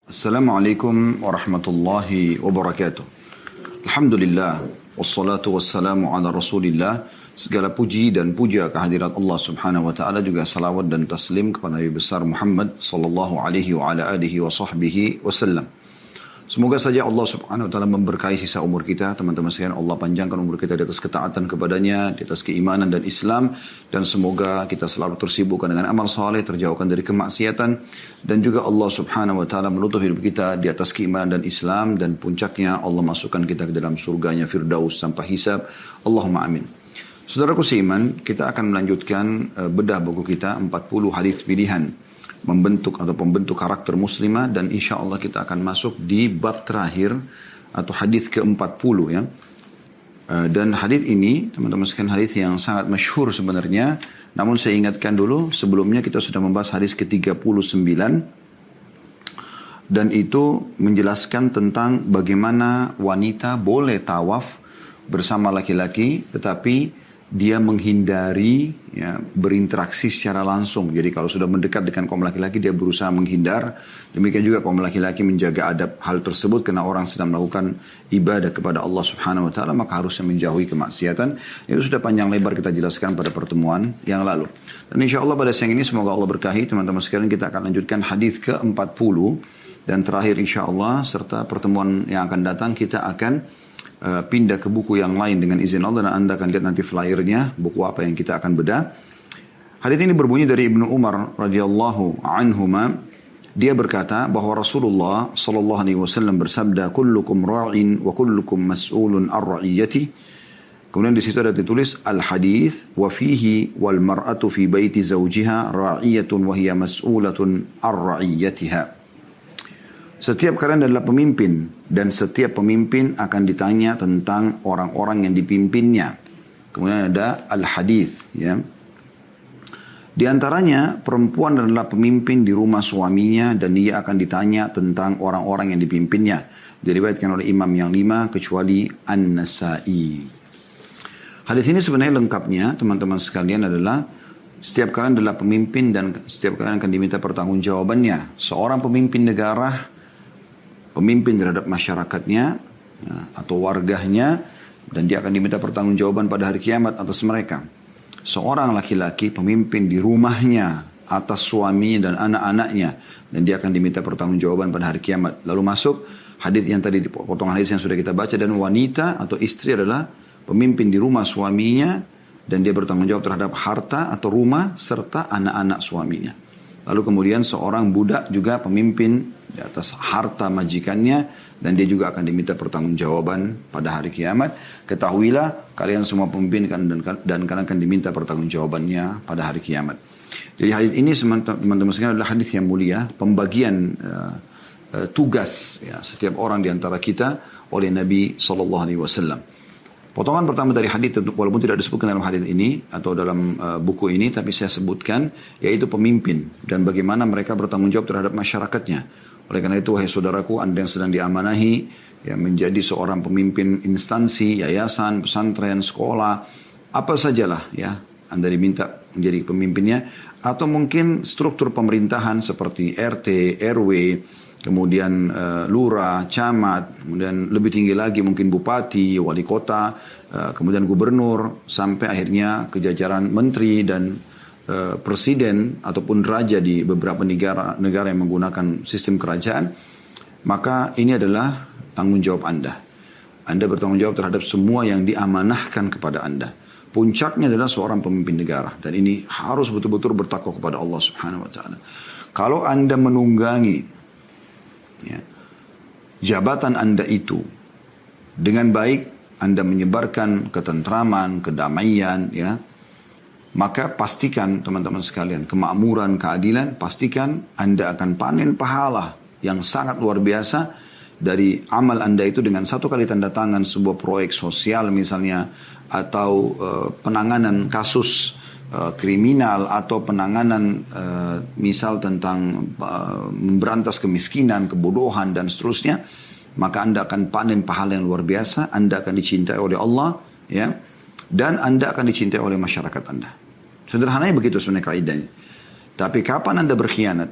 Assalamualaikum warahmatullahi wabarakatuh. Alhamdulillah, wassalatu wassalamu ala rasulillah. Segala puji dan puja kehadirat Allah subhanahu wa ta'ala, juga salawat dan taslim kepada Nabi besar Muhammad sallallahu alaihi wa ala alihi wa sahbihi wasallam. Semoga saja Allah subhanahu wa ta'ala memberkahi sisa umur kita, teman-teman sekalian. Allah panjangkan umur kita di atas ketaatan kepadanya, di atas keimanan dan Islam. Dan semoga kita selalu tersibukkan dengan amal saleh, terjauhkan dari kemaksiatan. Dan juga Allah subhanahu wa ta'ala menutup hidup kita di atas keimanan dan Islam. Dan puncaknya Allah masukkan kita ke dalam surganya Firdaus tanpa hisab. Allahumma amin. Saudaraku seiman, kita akan melanjutkan bedah buku kita 40 hadis pilihan membentuk atau pembentuk karakter muslimah, dan insya Allah kita akan masuk di bab terakhir atau hadis ke-40 ya. Dan hadis ini teman-teman sekalian hadis yang sangat masyhur sebenarnya, namun saya ingatkan dulu sebelumnya kita sudah membahas hadis ke-39, dan itu menjelaskan tentang bagaimana wanita boleh tawaf bersama laki-laki tetapi dia menghindari ya, berinteraksi secara langsung. Jadi kalau sudah mendekat dengan kaum laki-laki, dia berusaha menghindar. Demikian juga kaum laki-laki menjaga adab hal tersebut, karena orang sedang melakukan ibadah kepada Allah subhanahu wa ta'ala, maka harusnya menjauhi kemaksiatan. Itu sudah panjang lebar kita jelaskan pada pertemuan yang lalu. Dan insya Allah pada siang ini semoga Allah berkahi teman-teman sekalian, kita akan lanjutkan hadis ke-40. Dan terakhir insya Allah, serta pertemuan yang akan datang kita akan pindah ke buku yang lain dengan izin Allah, dan Anda akan lihat nanti flyernya buku apa yang kita akan bedah. Hadits ini berbunyi dari Ibnu Umar radhiyallahu anhuma. Dia berkata bahwa Rasulullah sallallahu alaihi wasallam bersabda, "Kullukum ra'in wa kullukum mas'ulun ar ra'iyati." Kemudian di situ ada ditulis al-hadits wa fihi wal mar'atu fi baiti zawjiha ra'iyatun wa hiya mas'ulatun ar ra'iyatiha. Setiap kalian adalah pemimpin, dan setiap pemimpin akan ditanya tentang orang-orang yang dipimpinnya. Kemudian ada al-hadits ya. Di antaranya perempuan adalah pemimpin di rumah suaminya, dan dia akan ditanya tentang orang-orang yang dipimpinnya. Diriwayatkan oleh imam yang 5 kecuali An-Nasa'i. Hadis ini sebenarnya lengkapnya teman-teman sekalian adalah setiap kalian adalah pemimpin, dan setiap kalian akan diminta pertanggungjawabannya. Seorang pemimpin negara, pemimpin terhadap masyarakatnya atau warganya, dan dia akan diminta pertanggungjawaban pada hari kiamat atas mereka. Seorang laki-laki pemimpin di rumahnya atas suaminya dan anak-anaknya, dan dia akan diminta pertanggungjawaban pada hari kiamat. Lalu masuk hadis yang tadi, potongan hadis yang sudah kita baca, dan wanita atau istri adalah pemimpin di rumah suaminya, dan dia bertanggung jawab terhadap harta atau rumah serta anak-anak suaminya. Lalu kemudian seorang budak juga pemimpin di atas harta majikannya, dan dia juga akan diminta pertanggungjawaban pada hari kiamat. Ketahuilah kalian semua pemimpin dan kalian akan diminta pertanggungjawabannya pada hari kiamat. Jadi hadis ini teman-teman sekalian adalah hadis yang mulia, pembagian tugas ya, setiap orang di antara kita oleh Nabi SAW. Potongan pertama dari hadis, walaupun tidak disebutkan dalam hadis ini atau dalam buku ini, tapi saya sebutkan, yaitu pemimpin dan bagaimana mereka bertanggung jawab terhadap masyarakatnya. Oleh karena itu, wahai saudaraku, Anda yang sedang diamanahi ya, menjadi seorang pemimpin instansi, yayasan, pesantren, sekolah, apa sajalah ya, Anda diminta menjadi pemimpinnya, atau mungkin struktur pemerintahan seperti RT, RW, kemudian lurah, camat, kemudian lebih tinggi lagi mungkin bupati, wali kota, kemudian gubernur, sampai akhirnya kejajaran menteri dan presiden ataupun raja di beberapa negara yang menggunakan sistem kerajaan. Maka ini adalah tanggung jawab Anda. Anda bertanggung jawab terhadap semua yang diamanahkan kepada Anda. Puncaknya adalah seorang pemimpin negara, dan ini harus betul-betul bertakwa kepada Allah Subhanahu wa taala. Kalau Anda menunggangi ya, jabatan Anda itu dengan baik, Anda menyebarkan ketentraman, kedamaian ya, maka pastikan teman-teman sekalian, kemakmuran, keadilan, pastikan Anda akan panen pahala yang sangat luar biasa dari amal Anda itu, dengan satu kali tanda tangan sebuah proyek sosial misalnya, atau penanganan kasus kriminal, atau penanganan misal tentang memberantas kemiskinan, kebodohan dan seterusnya, maka Anda akan panen pahala yang luar biasa. Anda akan dicintai oleh Allah ya, dan Anda akan dicintai oleh masyarakat Anda. Sederhananya begitu sebenarnya kaidahnya. Tapi kapan Anda berkhianat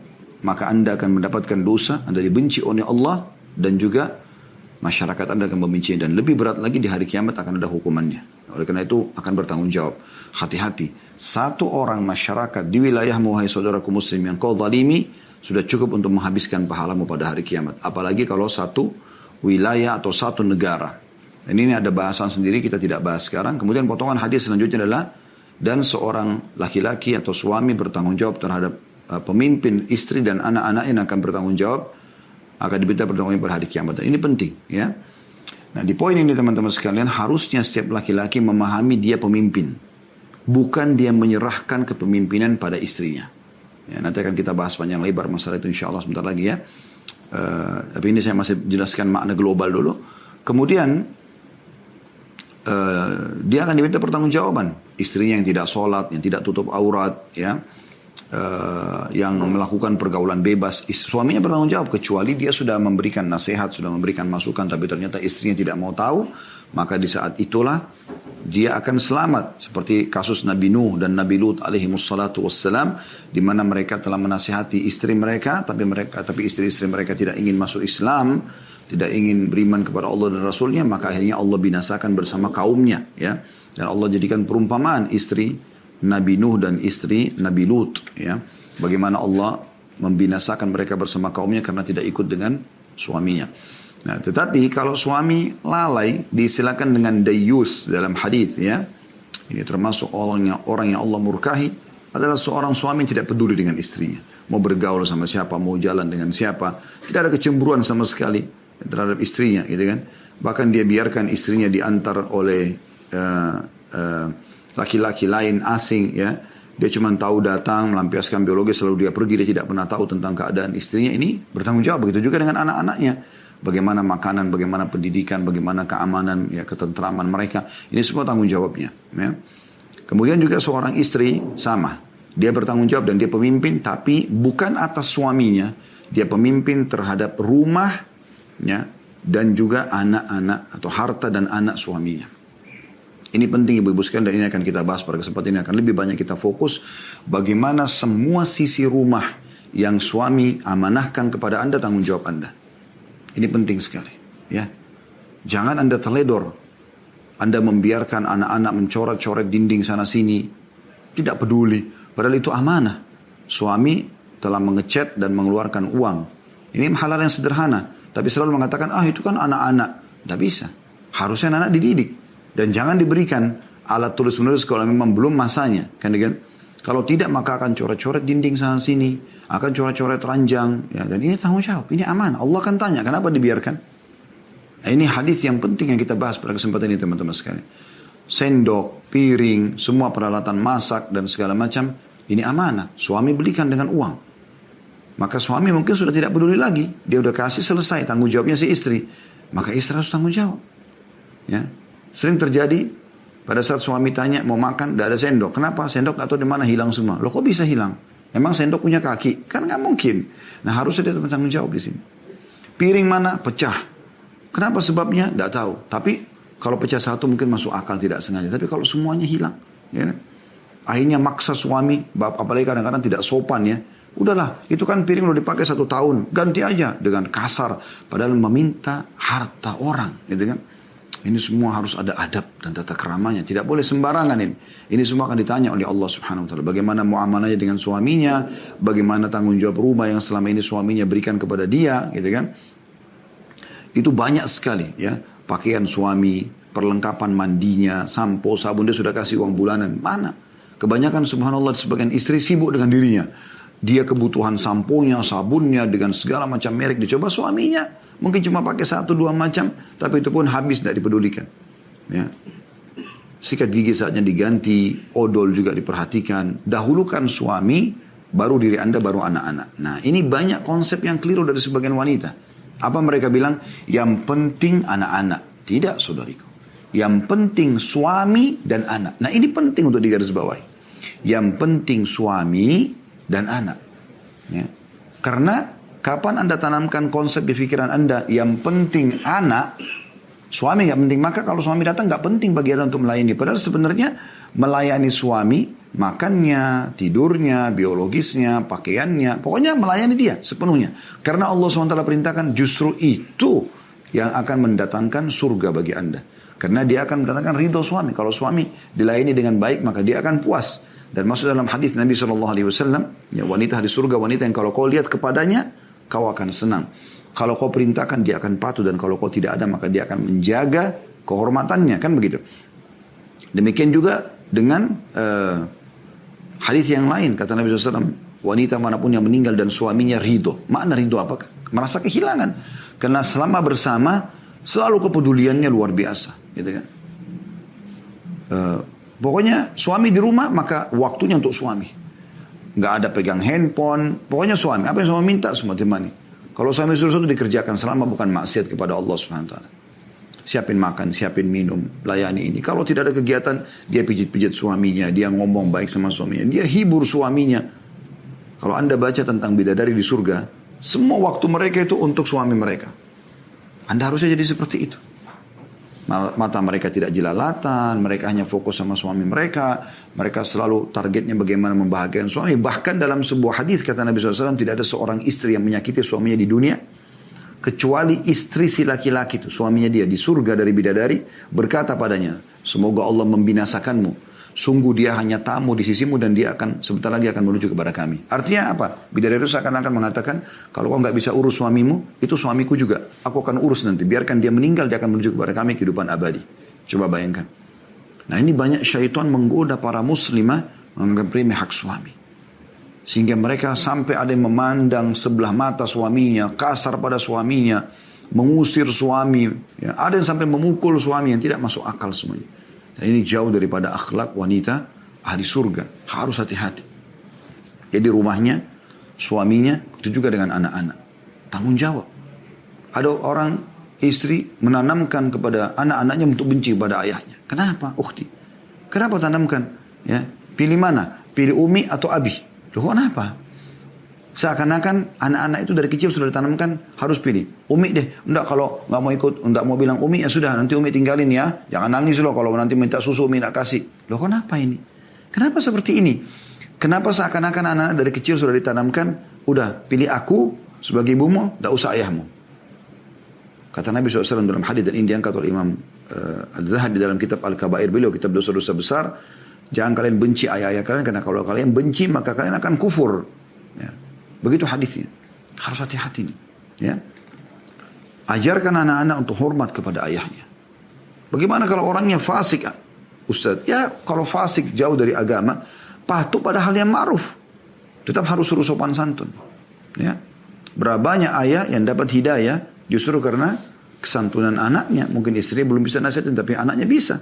maka Anda akan mendapatkan dosa, Anda dibenci oleh Allah, dan juga masyarakat Anda akan membenci. Dan lebih berat lagi di hari kiamat akan ada hukumannya. Oleh karena itu akan bertanggung jawab. Hati-hati. Satu orang masyarakat di wilayahmu, wahai saudaraku muslim, yang kau zalimi, sudah cukup untuk menghabiskan pahalamu pada hari kiamat. Apalagi kalau satu wilayah atau satu negara. Dan ini ada bahasan sendiri, kita tidak bahas sekarang. Kemudian potongan hadis selanjutnya adalah, dan seorang laki-laki atau suami bertanggung jawab terhadap pemimpin, istri dan anak-anak yang akan bertanggung jawab, akan diminta bertanggung jawab pada hari kiamat. Dan ini penting, ya. Nah, di poin ini teman-teman sekalian, harusnya setiap laki-laki memahami dia pemimpin, bukan dia menyerahkan kepemimpinan pada istrinya. Ya, nanti akan kita bahas panjang lebar masalah itu insya Allah sebentar lagi, ya. Tapi ini saya masih jelaskan makna global dulu. Kemudian dia akan diminta pertanggungjawaban. Istrinya yang tidak sholat, yang tidak tutup aurat, ya, yang melakukan pergaulan bebas, suaminya bertanggung jawab, kecuali dia sudah memberikan nasihat, sudah memberikan masukan, tapi ternyata istrinya tidak mau tahu, maka di saat itulah dia akan selamat. Seperti kasus Nabi Nuh dan Nabi Lut alaihimussalatu wassalam, di mana mereka telah menasihati istri mereka, tapi istri-istri mereka tidak ingin masuk Islam, tidak ingin beriman kepada Allah dan Rasulnya, maka akhirnya Allah binasakan bersama kaumnya, ya. Dan Allah jadikan perumpamaan istri Nabi Nuh dan istri Nabi Lut, ya. Bagaimana Allah membinasakan mereka bersama kaumnya karena tidak ikut dengan suaminya. Nah, tetapi kalau suami lalai, diistilahkan dengan dayyuth dalam hadis, ya. Ini termasuk orang yang Allah murkahi, adalah seorang suami yang tidak peduli dengan istrinya. Mau bergaul sama siapa, mau jalan dengan siapa, tidak ada kecemburuan sama sekali terhadap istrinya, gitu kan. Bahkan dia biarkan istrinya diantar oleh laki-laki lain asing, ya. Dia cuma tahu datang, melampiaskan biologis, lalu dia pergi, dia tidak pernah tahu tentang keadaan istrinya. Ini bertanggung jawab. Begitu juga dengan anak-anaknya. Bagaimana makanan, bagaimana pendidikan, bagaimana keamanan, ya, ketentraman mereka. Ini semua tanggung jawabnya, ya. Kemudian juga seorang istri sama. Dia bertanggung jawab dan dia pemimpin, tapi bukan atas suaminya. Dia pemimpin terhadap rumah, ya, dan juga anak-anak atau harta dan anak suaminya. Ini penting ibu-ibu sekalian, dan ini akan kita bahas pada kesempatan ini. Akan lebih banyak kita fokus bagaimana semua sisi rumah yang suami amanahkan kepada Anda, tanggung jawab Anda. Ini penting sekali, ya. Jangan Anda teledor. Anda membiarkan anak-anak mencoret-coret dinding sana sini, tidak peduli. Padahal itu amanah. Suami telah mengecat dan mengeluarkan uang. Ini hal yang sederhana, tapi selalu mengatakan, itu kan anak-anak. Tidak bisa. Harusnya anak dididik. Dan jangan diberikan alat tulis-menulis kalau memang belum masanya. Kan? Kalau tidak, maka akan coret-coret dinding sana sini, akan coret-coret ranjang. Ya, dan ini tanggung jawab, ini aman. Allah akan tanya, kenapa dibiarkan? Nah, ini hadis yang penting yang kita bahas pada kesempatan ini teman-teman sekalian. Sendok, piring, semua peralatan masak dan segala macam, ini amanah. Suami belikan dengan uang. Maka suami mungkin sudah tidak peduli lagi. Dia udah kasih, selesai. Tanggung jawabnya si istri. Maka istri harus tanggung jawab. Ya. Sering terjadi pada saat suami tanya mau makan, tidak ada sendok. Kenapa? Sendok atau di mana hilang semua. Loh, kok bisa hilang? Memang sendok punya kaki? Kan nggak mungkin. Nah, harusnya dia bertanggung jawab di sini. Piring mana? Pecah. Kenapa sebabnya? Tidak tahu. Tapi kalau pecah satu mungkin masuk akal, tidak sengaja. Tapi kalau semuanya hilang, ya, akhirnya maksa suami, apalagi kadang-kadang tidak sopan, ya. Udahlah, itu kan piring udah dipakai 1 tahun, ganti aja dengan kasar. Padahal meminta harta orang, gitu kan. Ini semua harus ada adab dan tata keramanya. Tidak boleh sembarangan ini. Ini semua akan ditanya oleh Allah Subhanahu wa taala. Bagaimana muamalahnya dengan suaminya, bagaimana tanggung jawab rumah yang selama ini suaminya berikan kepada dia, gitu kan. Itu banyak sekali, ya. Pakaian suami, perlengkapan mandinya, sampo, sabun, dia sudah kasih uang bulanan. Mana? Kebanyakan subhanallah sebagian istri sibuk dengan dirinya. Dia kebutuhan samponya, sabunnya dengan segala macam merek dicoba, suaminya mungkin cuma pakai 1-2 macam, tapi itu pun habis, tidak dipedulikan. Ya. Sikat gigi saatnya diganti, odol juga diperhatikan. Dahulukan suami, baru diri Anda, baru anak-anak. Nah, ini banyak konsep yang keliru dari sebagian wanita. Apa mereka bilang? Yang penting anak-anak. Tidak, saudariku. Yang penting suami dan anak. Nah, ini penting untuk digarisbawahi. Yang penting suami dan anak. Ya. Karena kapan Anda tanamkan konsep di pikiran Anda, yang penting anak, suami nggak penting, maka kalau suami datang nggak penting bagi Anda untuk melayani. Padahal sebenarnya melayani suami makannya, tidurnya, biologisnya, pakaiannya, pokoknya melayani dia sepenuhnya. Karena Allah SWT perintahkan justru itu yang akan mendatangkan surga bagi anda. Karena dia akan mendatangkan ridho suami. Kalau suami dilayani dengan baik maka dia akan puas. Dan masuk dalam hadis Nabi SAW, ya, wanita di surga, wanita yang kalau kau lihat kepadanya, kau akan senang. Kalau kau perintahkan dia akan patuh, dan kalau kau tidak ada maka dia akan menjaga kehormatannya, kan begitu. Demikian juga dengan hadis yang lain, kata Nabi SAW, wanita manapun yang meninggal dan suaminya ridho. Makna ridho apakah? Merasa kehilangan. Karena selama bersama selalu kepeduliannya luar biasa, gitu kan. Pokoknya suami di rumah maka waktunya untuk suami. Nggak ada pegang handphone. Pokoknya suami, apa yang suami minta semua temani. Kalau suami suruh sesuatu dikerjakan selama bukan maksiat kepada Allah SWT. Siapin makan, siapin minum, layani ini. Kalau tidak ada kegiatan, dia pijit-pijit suaminya, dia ngomong baik sama suaminya, dia hibur suaminya. Kalau anda baca tentang bidadari di surga, semua waktu mereka itu untuk suami mereka. Anda harusnya jadi seperti itu. Mata mereka tidak jelalatan, mereka hanya fokus sama suami mereka. Mereka selalu targetnya bagaimana membahagiakan suami. Bahkan dalam sebuah hadis kata Nabi SAW, tidak ada seorang istri yang menyakiti suaminya di dunia, kecuali istri si laki-laki itu, suaminya dia di surga dari bidadari, berkata padanya, semoga Allah membinasakanmu. Sungguh dia hanya tamu di sisimu dan dia akan sebentar lagi akan menuju kepada kami. Artinya apa? Bidadari itu seakan-akan mengatakan, kalau kau nggak bisa urus suamimu, itu suamiku juga. Aku akan urus nanti. Biarkan dia meninggal, dia akan menuju kepada kami kehidupan abadi. Coba bayangkan. Nah ini banyak syaitan menggoda para muslimah menganggap remeh hak suami. Sehingga mereka sampai ada yang memandang sebelah mata suaminya, kasar pada suaminya, mengusir suami. Ya, ada yang sampai memukul suami yang tidak masuk akal semuanya. Dan ini jauh daripada akhlak wanita ahli surga. Harus hati-hati. Jadi rumahnya, suaminya, itu juga dengan anak-anak. Tanggung jawab. Ada orang istri menanamkan kepada anak-anaknya untuk benci pada ayahnya. Kenapa? Ukhti. Kenapa tanamkan? Ya, pilih mana? Pilih umi atau abi? Loh kenapa? Seakan-akan anak-anak itu dari kecil sudah ditanamkan harus pilih. Umi deh. Enggak, kalau nggak mau ikut, enggak mau bilang umi, ya sudah nanti umi tinggalin ya. Jangan nangis loh kalau nanti minta susu umi nak kasih. Loh kenapa ini? Kenapa seperti ini? Kenapa seakan-akan anak-anak dari kecil sudah ditanamkan, udah pilih aku sebagai ibumu, enggak usah ayahmu. Kata Nabi SAW dalam hadis, dan ini diangkat oleh Imam Al-Zahabi dalam kitab Al-Kabair beliau, kitab dosa-dosa besar. Jangan kalian benci ayah-ayah kalian, karena kalau kalian benci maka kalian akan kufur. Ya. Begitu hadisnya. Harus hati-hati nih. Ya. Ajarkan anak-anak untuk hormat kepada ayahnya. Bagaimana kalau orangnya fasik, Ustaz? Ya kalau fasik jauh dari agama, patuh pada hal yang ma'ruf. Tetap harus suruh sopan santun. Ya. Berapa banyak ayah yang dapat hidayah justru karena kesantunan anaknya. Mungkin istri belum bisa nasihatin, tapi anaknya bisa.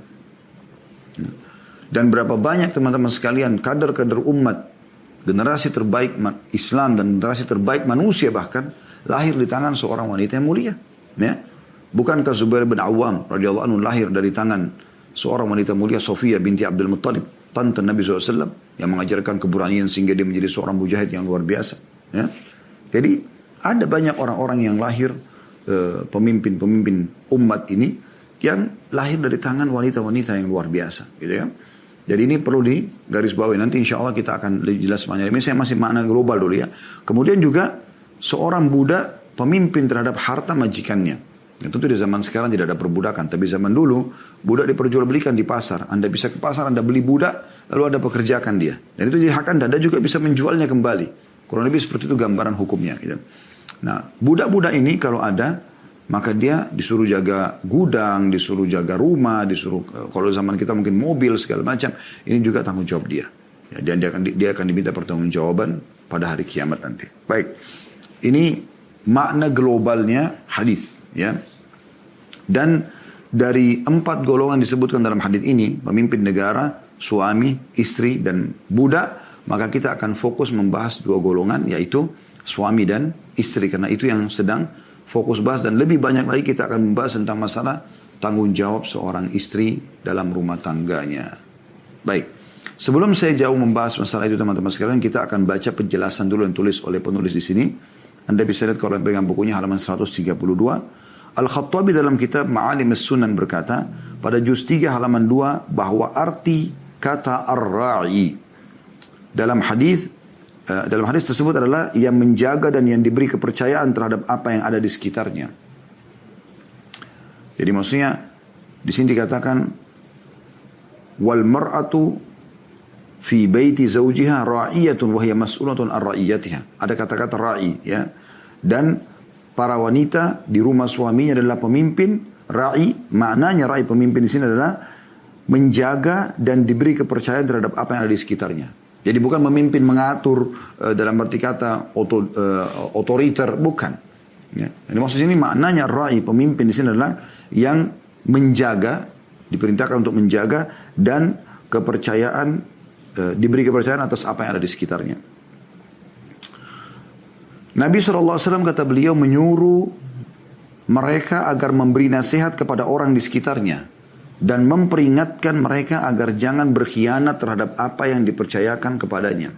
Ya. Dan berapa banyak teman-teman sekalian, kader-kader umat, generasi terbaik Islam dan generasi terbaik manusia bahkan lahir di tangan seorang wanita yang mulia. Ya. Bukankah Zubair bin Awam radhiyallahu anhu lahir dari tangan seorang wanita mulia, Sofia binti Abdul Muttalib, tante Nabi SAW, yang mengajarkan keberanian sehingga dia menjadi seorang mujahid yang luar biasa. Ya. Jadi ada banyak orang-orang yang lahir, pemimpin-pemimpin umat ini yang lahir dari tangan wanita-wanita yang luar biasa, gitu ya. Jadi ini perlu digarisbawahi. Nanti insya Allah kita akan lebih jelas maknanya. Ini saya masih makna global dulu ya. Kemudian juga seorang budak pemimpin terhadap harta majikannya. Ya, tentu di zaman sekarang tidak ada perbudakan. Tapi zaman dulu budak diperjualbelikan di pasar. Anda bisa ke pasar, Anda beli budak, lalu Anda pekerjakan dia. Dan itu jadi hak Anda. Anda juga bisa menjualnya kembali. Kurang lebih seperti itu gambaran hukumnya. Gitu. Nah budak-budak ini kalau ada, maka dia disuruh jaga gudang, disuruh jaga rumah, disuruh, kalau zaman kita mungkin mobil segala macam. Ini juga tanggung jawab dia. Ya, dan dia akan diminta pertanggungjawaban pada hari kiamat nanti. Baik, ini makna globalnya hadis. Ya. Dan dari 4 golongan disebutkan dalam hadis ini, pemimpin negara, suami, istri, dan budak, maka kita akan fokus membahas 2 golongan, yaitu suami dan istri. Karena itu yang sedang fokus bahas, dan lebih banyak lagi kita akan membahas tentang masalah tanggung jawab seorang istri dalam rumah tangganya. Baik, sebelum saya jauh membahas masalah itu teman-teman sekalian, kita akan baca penjelasan dulu yang tulis oleh penulis di sini. Anda bisa lihat kalau pegang bukunya halaman 132. Al-Khattabi dalam kitab Ma'alim As-Sunan berkata pada juz 3 halaman 2 bahwa arti kata ar-ra'i dalam hadis tersebut adalah yang menjaga dan yang diberi kepercayaan terhadap apa yang ada di sekitarnya. Jadi maksudnya di sini dikatakan wal mar'atu fi baiti zawjiha ra'iyatun wa hiya mas'ulatun an ra'iyatiha. Ada kata-kata ra'i ya. Dan para wanita di rumah suaminya adalah pemimpin. Ra'i, maknanya ra'i pemimpin di sini adalah menjaga dan diberi kepercayaan terhadap apa yang ada di sekitarnya. Jadi bukan memimpin mengatur dalam arti kata otoriter, bukan. Ya. Jadi maksud ini maknanya ra'i pemimpin di sini adalah yang menjaga, diperintahkan untuk menjaga dan kepercayaan diberi kepercayaan atas apa yang ada di sekitarnya. Nabi SAW kata beliau menyuruh mereka agar memberi nasihat kepada orang di sekitarnya dan memperingatkan mereka agar jangan berkhianat terhadap apa yang dipercayakan kepadanya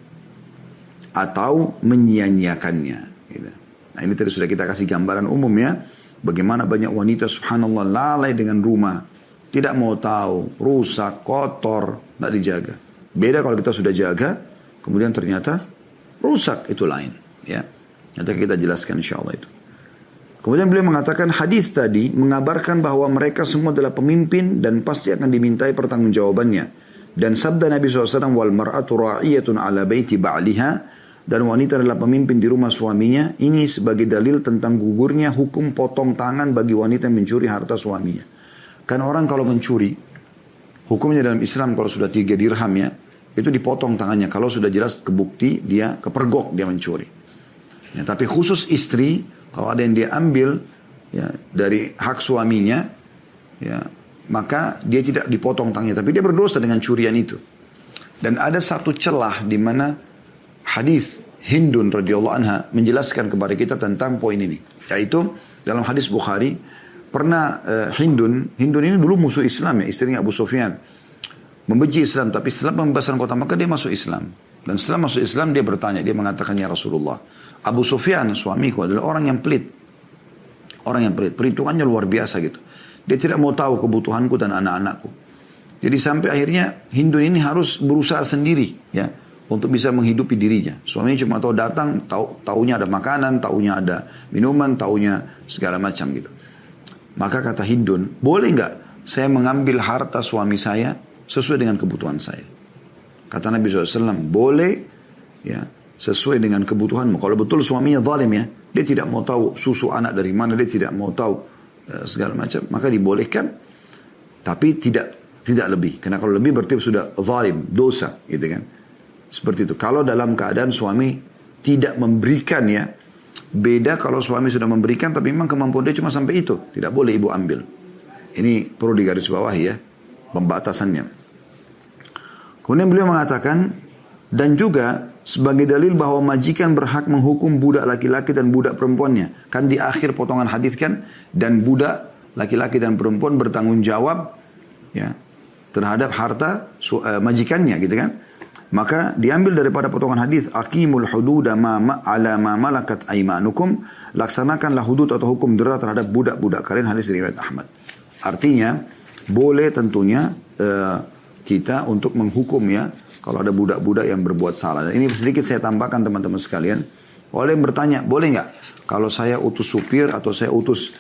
atau menyia-nyiakannya. Gitu. Nah ini tadi sudah kita kasih gambaran umum ya, bagaimana banyak wanita subhanallah lalai dengan rumah, tidak mau tahu, rusak, kotor, tidak dijaga. Beda kalau kita sudah jaga, kemudian ternyata rusak, itu lain. Ya, nanti kita jelaskan insya Allah itu. Kemudian beliau mengatakan hadis tadi mengabarkan bahwa mereka semua adalah pemimpin dan pasti akan dimintai pertanggungjawabannya. Dan sabda Nabi SAW, wal mar'atu ra'iyatun ala baiti ba'liha, dan wanita adalah pemimpin di rumah suaminya. Ini sebagai dalil tentang gugurnya hukum potong tangan bagi wanita yang mencuri harta suaminya. Kan orang kalau mencuri, hukumnya dalam Islam kalau sudah 3 dirham ya, itu dipotong tangannya. Kalau sudah jelas kebukti dia kepergok dia mencuri. Ya, tapi khusus istri, kalau ada yang dia ambil ya, dari hak suaminya, ya, maka dia tidak dipotong tangannya, tapi dia berdosa dengan curian itu. Dan ada satu celah di mana hadis Hindun radhiyallahu anha menjelaskan kepada kita tentang poin ini, yaitu dalam hadis Bukhari pernah Hindun ini dulu musuh Islam ya, istrinya Abu Sufyan, membenci Islam, tapi setelah pembebasan kota Makkah dia masuk Islam. Dan setelah masuk Islam dia bertanya, dia mengatakan ya Rasulullah, Abu Sufyan suamiku adalah orang yang pelit. Orang yang pelit, perhitungannya luar biasa gitu. Dia tidak mau tahu kebutuhanku dan anak-anakku. Jadi sampai akhirnya Hindun ini harus berusaha sendiri ya untuk bisa menghidupi dirinya. Suaminya cuma tahu datang, taunya ada makanan, taunya ada minuman, taunya segala macam gitu. Maka kata Hindun, boleh nggak saya mengambil harta suami saya sesuai dengan kebutuhan saya? Kata Nabi SAW, boleh ya, sesuai dengan kebutuhanmu. Kalau betul suaminya zalim ya, dia tidak mau tahu susu anak dari mana, dia tidak mau tahu segala macam, maka dibolehkan, tapi tidak lebih. Karena kalau lebih berarti sudah zalim, dosa, gitu kan. Seperti itu. Kalau dalam keadaan suami tidak memberikan ya, beda kalau suami sudah memberikan, tapi memang kemampuan dia cuma sampai itu, tidak boleh ibu ambil. Ini perlu digarisbawahi ya, pembatasannya. Kemudian beliau mengatakan, dan juga sebagai dalil bahwa majikan berhak menghukum budak laki-laki dan budak perempuannya. Kan di akhir potongan hadis kan, dan budak laki-laki dan perempuan bertanggung jawab ya terhadap harta majikannya gitu kan. Maka diambil daripada potongan hadis, aqimul hududa ala ma malakat aimanukum, laksanakanlah hudud atau hukum dera terhadap budak-budak kalian, hadis riwayat Ahmad. Artinya boleh tentunya kita untuk menghukum ya kalau ada budak-budak yang berbuat salah. Dan ini sedikit saya tambahkan teman-teman sekalian. Oleh yang bertanya, boleh nggak kalau saya utus supir atau saya utus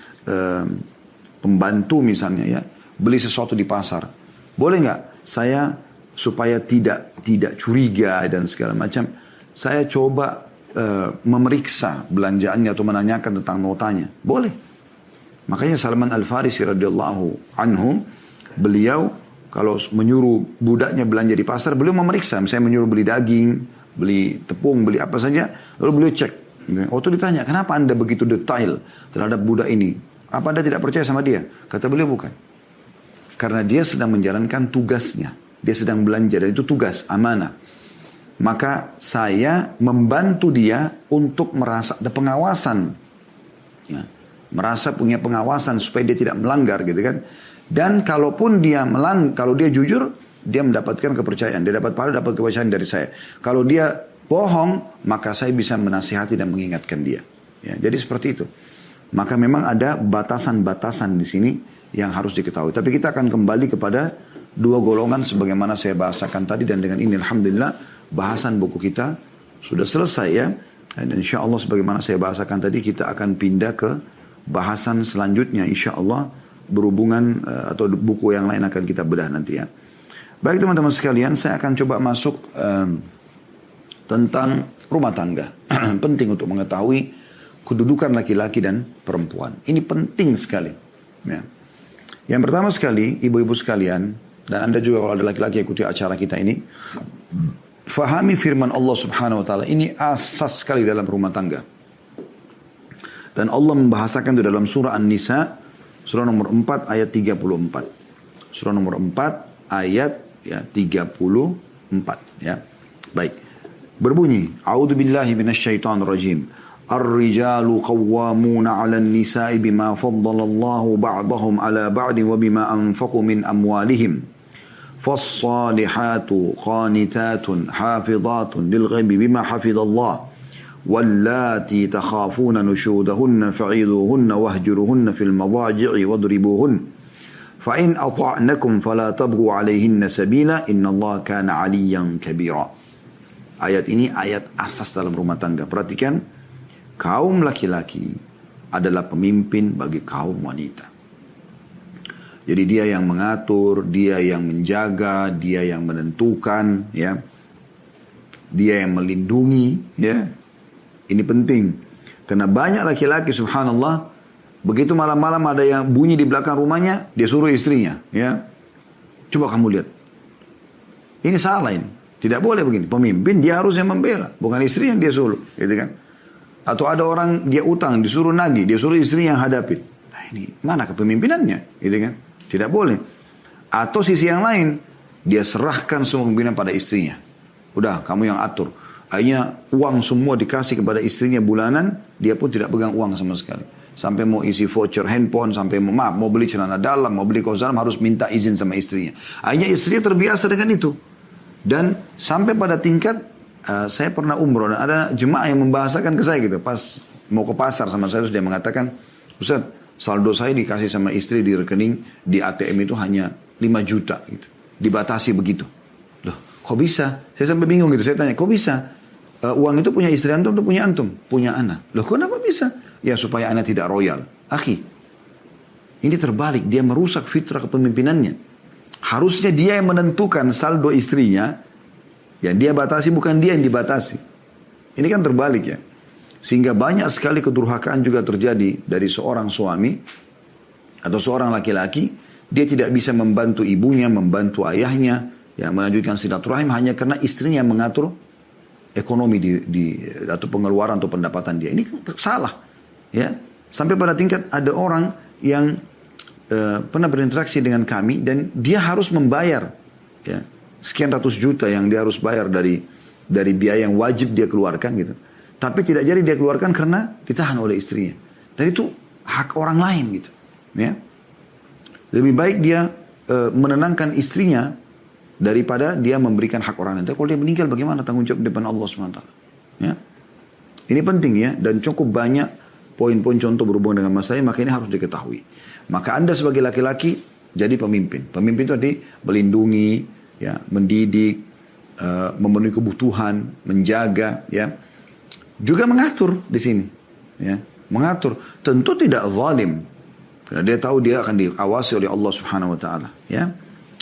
pembantu misalnya ya, beli sesuatu di pasar, boleh nggak saya supaya tidak curiga dan segala macam, saya coba memeriksa belanjaannya atau menanyakan tentang notanya? Boleh. Makanya Salman Al-Farisi radhiyallahu anhu, beliau kalau menyuruh budaknya belanja di pasar, beliau memeriksa. Misalnya menyuruh beli daging, beli tepung, beli apa saja, lalu beliau cek. Waktu ditanya, kenapa anda begitu detail terhadap budak ini? Apa anda tidak percaya sama dia? Kata beliau, bukan. Karena dia sedang menjalankan tugasnya. Dia sedang belanja, dan itu tugas, amanah. Maka saya membantu dia untuk merasa ada pengawasan. Ya, merasa punya pengawasan supaya dia tidak melanggar gitu kan. Dan kalaupun dia kalau dia jujur, dia mendapatkan kepercayaan. Dia dapat pahala, dapat kepercayaan dari saya. Kalau dia bohong, maka saya bisa menasihati dan mengingatkan dia. Ya, jadi seperti itu. Maka memang ada batasan-batasan di sini yang harus diketahui. Tapi kita akan kembali kepada dua golongan sebagaimana saya bahasakan tadi. Dan dengan ini alhamdulillah bahasan buku kita sudah selesai ya. Dan insya Allah sebagaimana saya bahasakan tadi, kita akan pindah ke bahasan selanjutnya insya Allah berhubungan atau buku yang lain akan kita bedah nanti ya. Baik teman-teman sekalian, saya akan coba masuk tentang rumah tangga. Penting untuk mengetahui kedudukan laki-laki dan perempuan. Ini penting sekali. Ya. Yang pertama sekali, ibu-ibu sekalian, dan Anda juga kalau ada laki-laki yang ikuti acara kita ini, fahami firman Allah Subhanahu wa taala. Ini asas sekali dalam rumah tangga. Dan Allah membahasakan itu dalam surah An-Nisa, surah nomor 4 ayat 34. Surah nomor 4 ayat ya 34 ya. Baik. Berbunyi, A'udzubillahi minasyaitonirrajim. Ar-rijalu qawwamuna 'alan nisa'i bima faddalallahu ba'dahum 'ala ba'd wa bima anfaqu min amwalihim. فالصالحات قانتات حافظات للغيب بما حفظ الله واللاتي تخافون نشوزهن فعظوهن واهجروهن في المضاجع واضربوهن فإن أطعنكم فلا تبغوا عليهن سبيلا إن الله كان عليا كبيرا. Ayat ini ayat asas dalam rumah tangga. Perhatikan, kaum laki-laki adalah pemimpin bagi kaum wanita. Jadi dia yang mengatur, dia yang menjaga, dia yang menentukan, ya. Dia yang melindungi, ya. Ini penting. Karena banyak laki-laki subhanallah, begitu malam-malam ada yang bunyi di belakang rumahnya, dia suruh istrinya, ya. Coba kamu lihat. Ini salah ini. Tidak boleh begini. Pemimpin dia harus yang membela, bukan istri yang dia suruh, gitu kan. Atau ada orang dia utang, disuruh nagih, dia suruh istri yang hadapin. Nah ini mana kepemimpinannya, gitu kan. Tidak boleh. Atau sisi yang lain, dia serahkan semua pimpinan pada istrinya. Udah, kamu yang atur. Akhirnya uang semua dikasih kepada istrinya bulanan, dia pun tidak pegang uang sama sekali. Sampai mau isi voucher handphone, sampai mau beli celana dalam, mau beli kaos dalam, harus minta izin sama istrinya. Akhirnya istrinya terbiasa dengan itu. Dan sampai pada tingkat, saya pernah umroh, dan ada jemaah yang membahasakan ke saya gitu. Pas mau ke pasar sama saya, terus dia mengatakan, Ustaz, saldo saya dikasih sama istri di rekening di ATM itu hanya 5 juta gitu. Dibatasi begitu. Loh, kok bisa? Saya sampai bingung gitu. Saya tanya, kok bisa? Uang itu punya istri antum atau punya antum? Punya anak. Loh, kenapa bisa? Ya supaya anak tidak royal. Akhi, ini terbalik. Dia merusak fitrah kepemimpinannya. Harusnya dia yang menentukan saldo istrinya. Yang dia batasi bukan dia yang dibatasi. Ini kan terbalik ya. Sehingga banyak sekali kedurhakaan juga terjadi dari seorang suami atau seorang laki-laki. Dia tidak bisa membantu ibunya, membantu ayahnya, ya, melanjutkan silaturahim hanya karena istrinya yang mengatur ekonomi atau pengeluaran atau pendapatan dia. Ini salah. Ya. Sampai pada tingkat ada orang yang pernah berinteraksi dengan kami dan dia harus membayar ya, sekian ratus juta yang dia harus bayar dari biaya yang wajib dia keluarkan gitu. Tapi tidak jadi dia keluarkan karena ditahan oleh istrinya. Dan itu hak orang lain gitu. Ya. Lebih baik dia menenangkan istrinya daripada dia memberikan hak orang lain. Tapi kalau dia meninggal bagaimana tanggung jawab di depan Allah SWT. Ya. Ini penting ya. Dan cukup banyak poin-poin contoh berhubungan dengan masalah ini. Maka ini harus diketahui. Maka Anda sebagai laki-laki jadi pemimpin. Pemimpin itu tadi melindungi, ya, mendidik, memenuhi kebutuhan, menjaga, ya. Juga mengatur di sini, ya, mengatur. Tentu tidak zalim, karena dia tahu dia akan diawasi oleh Allah Subhanahu Wa Taala, ya.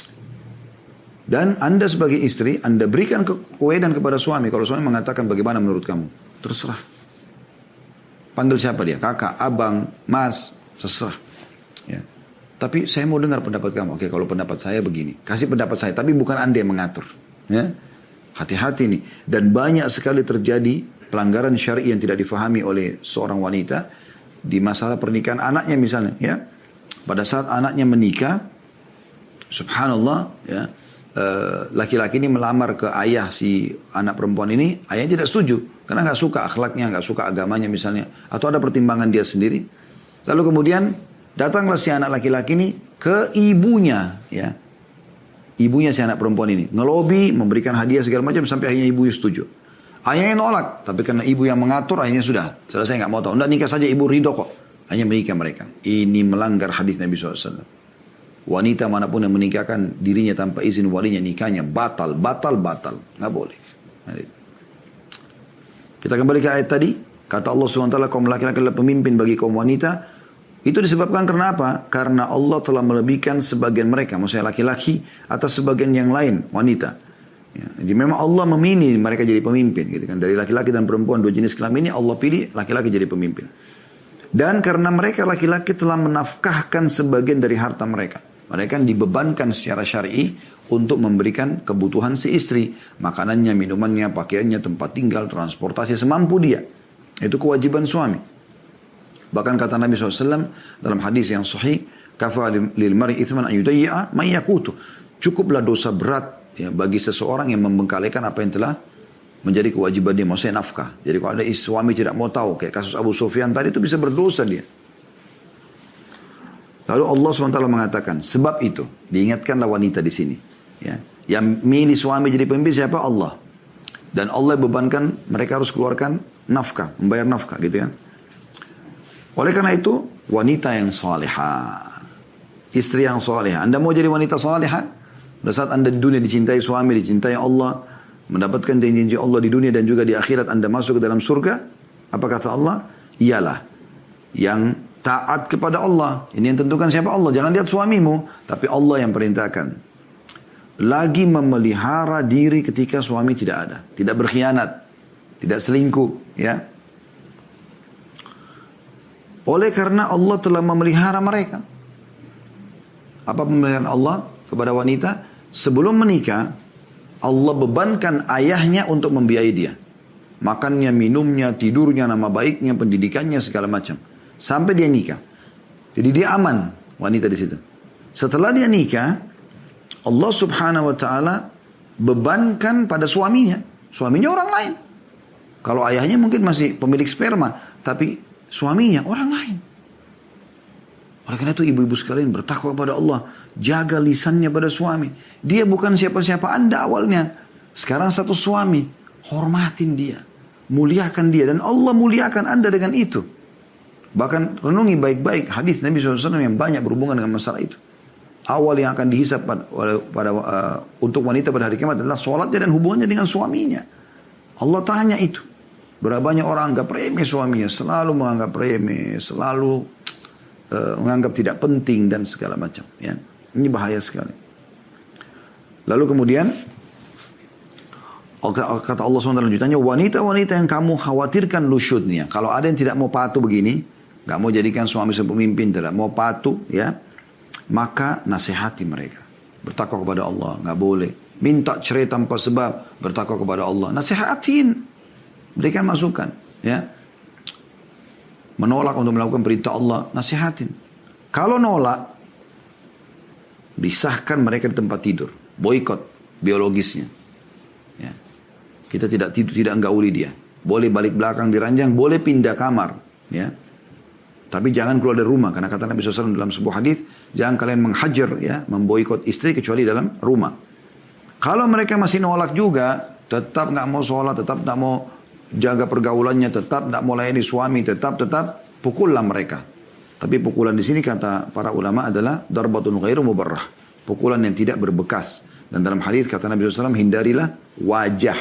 Dan Anda sebagai istri, Anda berikan kewedan kepada suami. Kalau suami mengatakan bagaimana menurut kamu, terserah. Panggil siapa dia, kakak, abang, mas, terserah. Ya. Tapi saya mau dengar pendapat kamu. Oke, kalau pendapat saya begini, kasih pendapat saya. Tapi bukan Anda yang mengatur. Ya. Hati-hati nih. Dan banyak sekali terjadi pelanggaran syar'i yang tidak difahami oleh seorang wanita di masalah pernikahan anaknya misalnya, ya. Pada saat anaknya menikah, subhanallah, ya, laki-laki ini melamar ke ayah si anak perempuan ini, ayahnya tidak setuju karena nggak suka akhlaknya, nggak suka agamanya misalnya, atau ada pertimbangan dia sendiri. Lalu kemudian datanglah si anak laki-laki ini ke ibunya, ya, ibunya si anak perempuan ini ngelobi, memberikan hadiah segala macam sampai akhirnya ibunya setuju. Ayahnya nolak, tapi karena ibu yang mengatur, akhirnya sudah selesai, nggak mau tahu. Nggak, nikah saja, ibu ridho kok. Hanya menikah mereka. Ini melanggar hadis Nabi SAW. Wanita manapun yang menikahkan dirinya tanpa izin walinya, nikahnya batal. Nggak boleh. Kita kembali ke ayat tadi. Kata Allah SWT, kaum laki-laki adalah pemimpin bagi kaum wanita. Itu disebabkan karena apa? Karena Allah telah melebihkan sebagian mereka, maksudnya laki-laki, atas sebagian yang lain, wanita. Ya, jadi memang Allah memilih mereka jadi pemimpin. Gitu kan. Dari laki-laki dan perempuan, dua jenis kelamin ini, Allah pilih laki-laki jadi pemimpin. Dan karena mereka laki-laki telah menafkahkan sebagian dari harta mereka. Mereka dibebankan secara syar'i untuk memberikan kebutuhan si istri. Makanannya, minumannya, pakaiannya, tempat tinggal, transportasi, semampu dia. Itu kewajiban suami. Bahkan kata Nabi SAW dalam hadis yang sahih, kafa lil mar'i ithman an yudayya ma yaqutu. Cukuplah dosa berat ya, bagi seseorang yang membengkalikan apa yang telah menjadi kewajiban dia, maksudnya nafkah. Jadi kalau ada suami tidak mau tahu, kayak kasus Abu Sufyan tadi, itu bisa berdosa dia. Lalu Allah SWT mengatakan, sebab itu diingatkanlah wanita di sini. Ya, yang milih suami jadi pemimpin siapa? Allah. Dan Allah bebankan mereka harus keluarkan nafkah, membayar nafkah gitu ya. Oleh karena itu, wanita yang salihah, istri yang salihah. Anda mau jadi wanita salihah? Pada saat Anda di dunia dicintai suami, dicintai Allah, mendapatkan janji Allah di dunia dan juga di akhirat Anda masuk ke dalam surga. Apa kata Allah? Ialah yang taat kepada Allah. Ini yang tentukan siapa? Allah. Jangan lihat suamimu, tapi Allah yang perintahkan. Lagi memelihara diri ketika suami tidak ada, tidak berkhianat, tidak selingkuh, ya. Oleh karena Allah telah memelihara mereka. Apa pemeliharaan Allah kepada wanita? Sebelum menikah, Allah bebankan ayahnya untuk membiayai dia. Makannya, minumnya, tidurnya, nama baiknya, pendidikannya, segala macam. Sampai dia nikah. Jadi dia aman, wanita di situ. Setelah dia nikah, Allah Subhanahu wa Ta'ala bebankan pada suaminya. Suaminya orang lain. Kalau ayahnya mungkin masih pemilik sperma, tapi suaminya orang lain. Oleh karena itu ibu-ibu sekalian bertakwa kepada Allah. Jaga lisannya pada suami. Dia bukan siapa-siapa Anda awalnya. Sekarang satu suami. Hormatin dia. Muliakan dia. Dan Allah muliakan Anda dengan itu. Bahkan renungi baik-baik hadis Nabi SAW yang banyak berhubungan dengan masalah itu. Awal yang akan dihisap untuk wanita pada hari kiamat adalah sholatnya dan hubungannya dengan suaminya. Allah tanya itu. Berapa banyak orang anggap remeh suaminya, selalu menganggap remeh, selalu menganggap tidak penting dan segala macam. Ya. Ini bahaya sekali. Lalu kemudian kata Allah SWT lanjutannya, wanita-wanita yang kamu khawatirkan lusyudnya. Kalau ada yang tidak mau patuh begini, nggak mau jadikan suami sebagai pemimpin, tidak mau patuh, ya, maka nasihati mereka. Bertakwa kepada Allah, nggak boleh. Minta cerai tanpa sebab, bertakwa kepada Allah. Nasihatin. Berikan masukan, ya. Menolak untuk melakukan perintah Allah, nasihatin. Kalau nolak, pisahkan mereka di tempat tidur, boikot biologisnya. Ya. Kita tidak tidur, tidak gauli dia. Boleh balik belakang di ranjang, boleh pindah kamar, ya. Tapi jangan keluar dari rumah, karena kata Nabi SAW dalam sebuah hadis, jangan kalian menghajar, ya, memboikot istri kecuali dalam rumah. Kalau mereka masih nolak juga, tetap nggak mau sholat, tetap nggak mau jaga pergaulannya, tetap tidak mau layani suami, tetap pukullah mereka. Tapi pukulan di sini kata para ulama adalah darbatun ghairu mubarrah, pukulan yang tidak berbekas. Dan dalam hadis kata Nabi SAW, hindarilah wajah.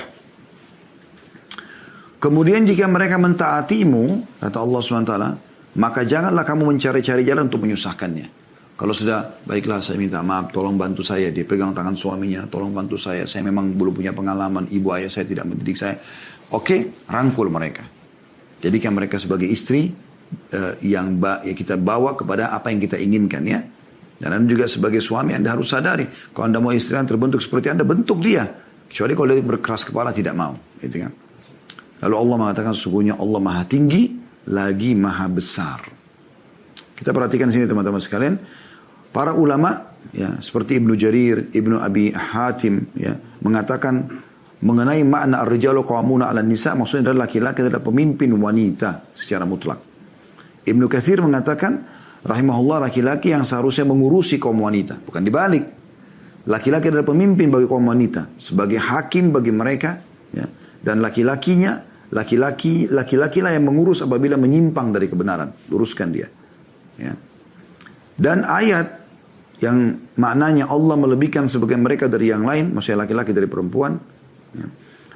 Kemudian jika mereka mentaatimu, kata Allah SWT, maka janganlah kamu mencari-cari jalan untuk menyusahkannya. Kalau sudah, baiklah saya minta maaf, tolong bantu saya. Dia pegang tangan suaminya, tolong bantu saya memang belum punya pengalaman, ibu ayah saya tidak mendidik saya. Oke, rangkul mereka. Jadikan mereka sebagai istri yang kita bawa kepada apa yang kita inginkan, ya. Dan Anda juga sebagai suami Anda harus sadari, kalau Anda mau istri yang terbentuk seperti Anda, bentuk dia. Kecuali kalau dia berkeras kepala tidak mau, gitu kan. Lalu Allah mengatakan sesungguhnya Allah Maha Tinggi lagi Maha Besar. Kita perhatikan sini teman-teman sekalian, para ulama, ya, seperti Ibnu Jarir, Ibnu Abi Hatim, ya, mengatakan mengenai makna ar-rijalu qawwamuna 'alan nisa, maksudnya adalah laki-laki adalah pemimpin wanita secara mutlak. Ibnu Katsir mengatakan rahimahullah, laki-laki yang seharusnya mengurusi kaum wanita, bukan dibalik. Laki-laki adalah pemimpin bagi kaum wanita, sebagai hakim bagi mereka, ya, dan laki-laki lah yang mengurus apabila menyimpang dari kebenaran, luruskan dia, ya. Dan ayat yang maknanya Allah melebihkan sebagian mereka dari yang lain, maksudnya laki-laki dari perempuan, ya,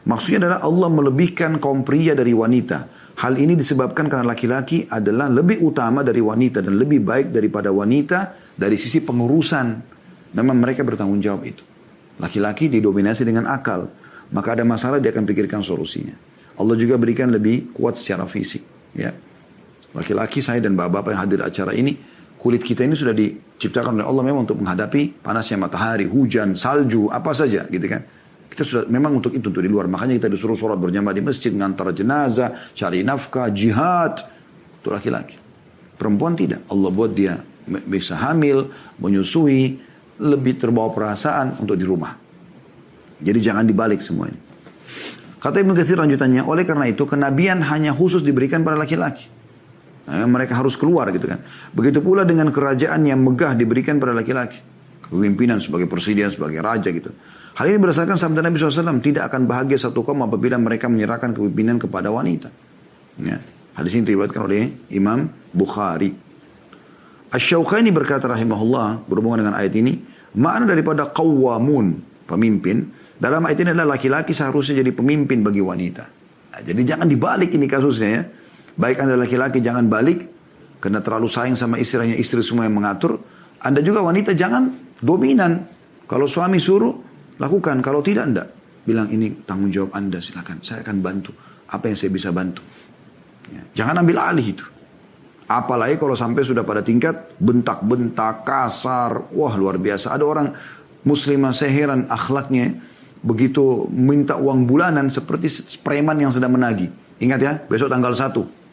Maksudnya adalah Allah melebihkan kaum pria dari wanita. Hal ini disebabkan karena laki-laki adalah lebih utama dari wanita dan lebih baik daripada wanita dari sisi pengurusan. Memang mereka bertanggung jawab itu. Laki-laki didominasi dengan akal. Maka ada masalah dia akan pikirkan solusinya. Allah juga berikan lebih kuat secara fisik. Ya. Laki-laki saya dan bapak-bapak yang hadir acara ini, kulit kita ini sudah diciptakan oleh Allah memang untuk menghadapi panasnya matahari, hujan, salju, apa saja gitu kan. Kita sudah memang untuk itu, untuk di luar. Makanya kita disuruh sholat berjamaah di masjid, ngantar jenazah, cari nafkah, jihad. Itu laki-laki. Perempuan tidak. Allah buat dia bisa hamil, menyusui, lebih terbawa perasaan untuk di rumah. Jadi jangan dibalik semua ini. Kata Ibnu Katsir lanjutannya, oleh karena itu kenabian hanya khusus diberikan pada laki-laki. Nah, mereka harus keluar gitu kan. Begitu pula dengan kerajaan yang megah diberikan pada laki-laki. Kepemimpinan sebagai presiden, sebagai raja gitu. Hal ini berdasarkan sabda Nabi SAW, tidak akan bahagia satu kaum apabila mereka menyerahkan kepemimpinan kepada wanita. Ya. Hadis ini diriwayatkan oleh Imam Bukhari. Asy-Syaukani berkata rahimahullah, berhubungan dengan ayat ini, makna daripada qawwamun, pemimpin, dalam ayat ini adalah laki-laki seharusnya jadi pemimpin bagi wanita. Nah, jadi jangan dibalik ini kasusnya ya. Baik Anda laki-laki jangan balik, karena terlalu sayang sama istrinya, istri semua yang mengatur. Anda juga wanita jangan dominan. Kalau suami suruh, lakukan. Kalau tidak, enggak. Bilang ini tanggung jawab Anda, silakan. Saya akan bantu. Apa yang saya bisa bantu. Ya. Jangan ambil alih itu. Apalagi kalau sampai sudah pada tingkat bentak-bentak, kasar. Wah luar biasa. Ada orang muslimah, saya heran akhlaknya. Begitu minta uang bulanan seperti preman yang sedang menagih. Ingat ya, besok tanggal 1.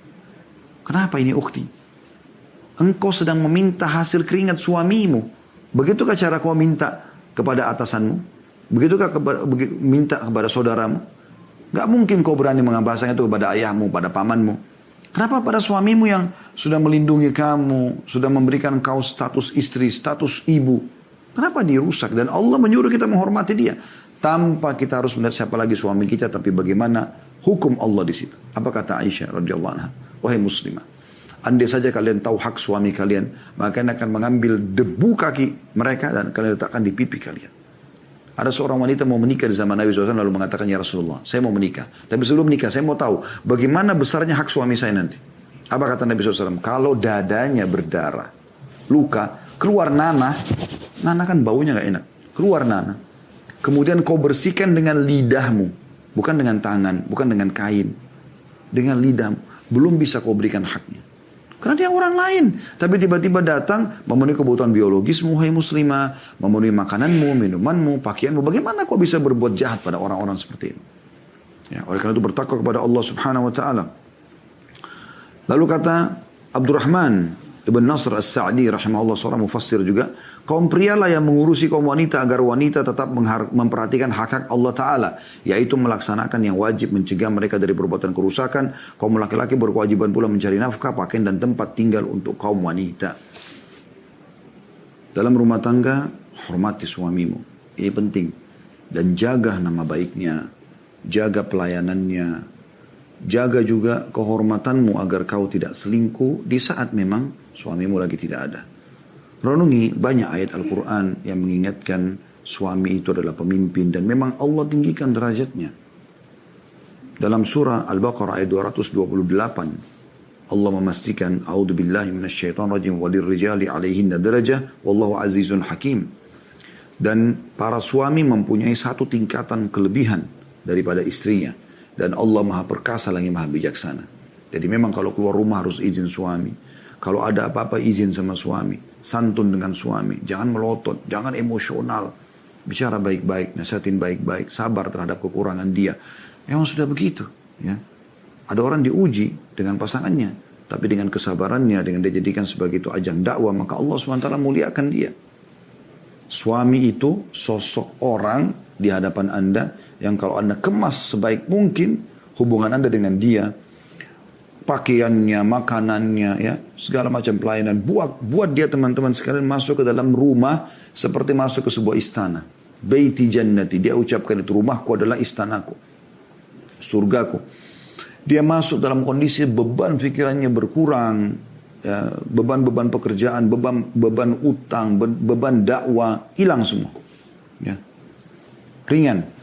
Kenapa ini ukhti? Engkau sedang meminta hasil keringat suamimu. Begitukah cara kau minta kepada atasanmu? Begitukah minta kepada saudaramu? Gak mungkin kau berani mengabaskan itu kepada ayahmu, pada pamanmu. Kenapa pada suamimu yang sudah melindungi kamu, sudah memberikan kau status istri, status ibu? Kenapa dirusak? Dan Allah menyuruh kita menghormati dia. Tanpa kita harus melihat siapa lagi suami kita, tapi bagaimana hukum Allah di situ. Apa kata Aisyah radhiyallahu anha? Wahai muslimah, andai saja kalian tahu hak suami kalian, maka kalian akan mengambil debu kaki mereka dan kalian letakkan di pipi kalian. Ada seorang wanita mau menikah di zaman Nabi SAW lalu mengatakan, ya Rasulullah, saya mau menikah. Tapi sebelum menikah, saya mau tahu bagaimana besarnya hak suami saya nanti. Apa kata Nabi SAW? Kalau dadanya berdarah, luka, keluar nanah kan baunya gak enak. Keluar nanah. Kemudian kau bersihkan dengan lidahmu. Bukan dengan tangan, bukan dengan kain. Dengan lidahmu. Belum bisa kau berikan haknya. Karena dia orang lain. Tapi tiba-tiba datang memenuhi kebutuhan biologismu, hai muslimah. Memenuhi makananmu, minumanmu, pakaianmu. Bagaimana kau bisa berbuat jahat pada orang-orang seperti ini? Ya, oleh karena itu bertakwa kepada Allah subhanahu wa ta'ala. Lalu kata Abdurrahman Ibn Nasr As-Sa'di rahimahullah, seorang mufassir juga, kaum prialah yang mengurusi kaum wanita agar wanita tetap memperhatikan hak-hak Allah Ta'ala, yaitu melaksanakan yang wajib, mencegah mereka dari perbuatan kerusakan. Kaum laki-laki berkewajiban pula mencari nafkah, pakaian dan tempat tinggal untuk kaum wanita. Dalam rumah tangga, hormati suamimu. Ini penting. Dan jaga nama baiknya, jaga pelayanannya, jaga juga kehormatanmu agar kau tidak selingkuh di saat memang suamimu lagi tidak ada. Renungi banyak ayat Al-Quran yang mengingatkan suami itu adalah pemimpin dan memang Allah tinggikan derajatnya. Dalam surah Al-Baqarah ayat 228 Allah memastikan, a'udzubillahi minasyaitonirrajim, walirrijali 'alaihinna darajah wallahu azizun hakim. Dan para suami mempunyai satu tingkatan kelebihan daripada istrinya. Dan Allah maha perkasa lagi maha bijaksana. Jadi memang kalau keluar rumah harus izin suami. Kalau ada apa-apa izin sama suami. Santun dengan suami. Jangan melotot. Jangan emosional. Bicara baik-baik. Nasihatin baik-baik. Sabar terhadap kekurangan dia. Memang sudah begitu. Ya. Ada orang diuji dengan pasangannya. Tapi dengan kesabarannya. Dengan dia jadikan sebagai itu ajang dakwah. Maka Allah SWT muliakan dia. Suami itu sosok orang di hadapan Anda. Yang kalau Anda kemas sebaik mungkin. Hubungan Anda dengan dia. Pakaiannya, makanannya, ya, segala macam pelayanan. Buat dia teman-teman sekalian masuk ke dalam rumah seperti masuk ke sebuah istana. Baiti jannati, dia ucapkan itu, rumahku adalah istanaku, surgaku. Dia masuk dalam kondisi beban pikirannya berkurang, ya, beban-beban pekerjaan, beban utang, beban dakwah hilang semua, ya, ringan.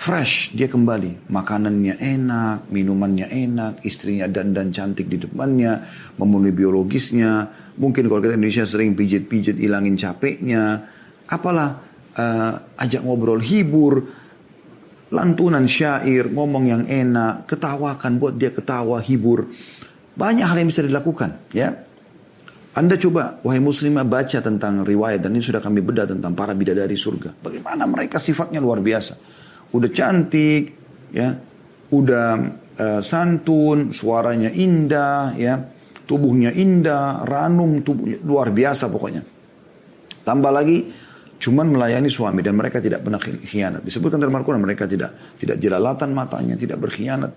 fresh, dia kembali. Makanannya enak, minumannya enak, istrinya dandan cantik di depannya, memenuhi biologisnya. Mungkin kalau kita Indonesia sering pijit-pijit, hilangin capeknya. Apalah, ajak ngobrol, hibur, lantunan syair, ngomong yang enak, ketawakan, buat dia ketawa, hibur. Banyak hal yang bisa dilakukan, ya. Anda coba, wahai muslimah, baca tentang riwayat, dan ini sudah kami bedah tentang para bidadari surga. Bagaimana mereka sifatnya luar biasa. Udah cantik, ya, udah santun, suaranya indah, ya, tubuhnya indah, ranum, tubuhnya luar biasa pokoknya. Tambah lagi, cuman melayani suami dan mereka tidak pernah khianat. Disebutkan dalam Al-Quran, mereka tidak jelalatan matanya, tidak berkhianat.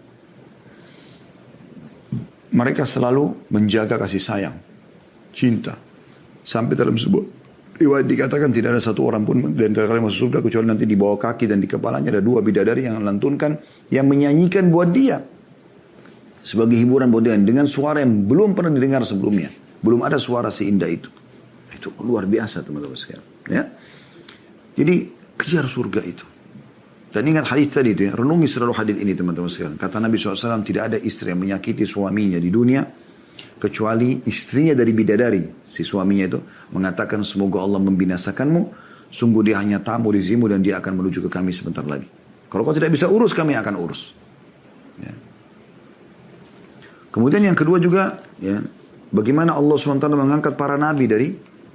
Mereka selalu menjaga kasih sayang, cinta. Sampai dalam sebuah riwayat dikatakan tidak ada satu orang pun di antara kalian masuk surga kecuali nanti di bawah kaki dan di kepalanya ada 2 bidadari yang melantunkan, yang menyanyikan buat dia sebagai hiburan buat dia dengan suara yang belum pernah didengar sebelumnya. Belum ada suara seindah itu. Itu luar biasa teman-teman sekalian, ya. Jadi kejar surga itu. Dan ingat hadis tadi itu ya, renungi selalu hadis ini teman-teman sekalian. Kata Nabi SAW, tidak ada istri yang menyakiti suaminya di dunia kecuali istrinya dari bidadari. Si suaminya itu mengatakan, semoga Allah membinasakanmu, sungguh dia hanya tamu di sini dan dia akan menuju ke kami sebentar lagi. Kalau kau tidak bisa urus, kami akan urus. Ya. Kemudian yang kedua juga, ya, bagaimana Allah SWT mengangkat para nabi dari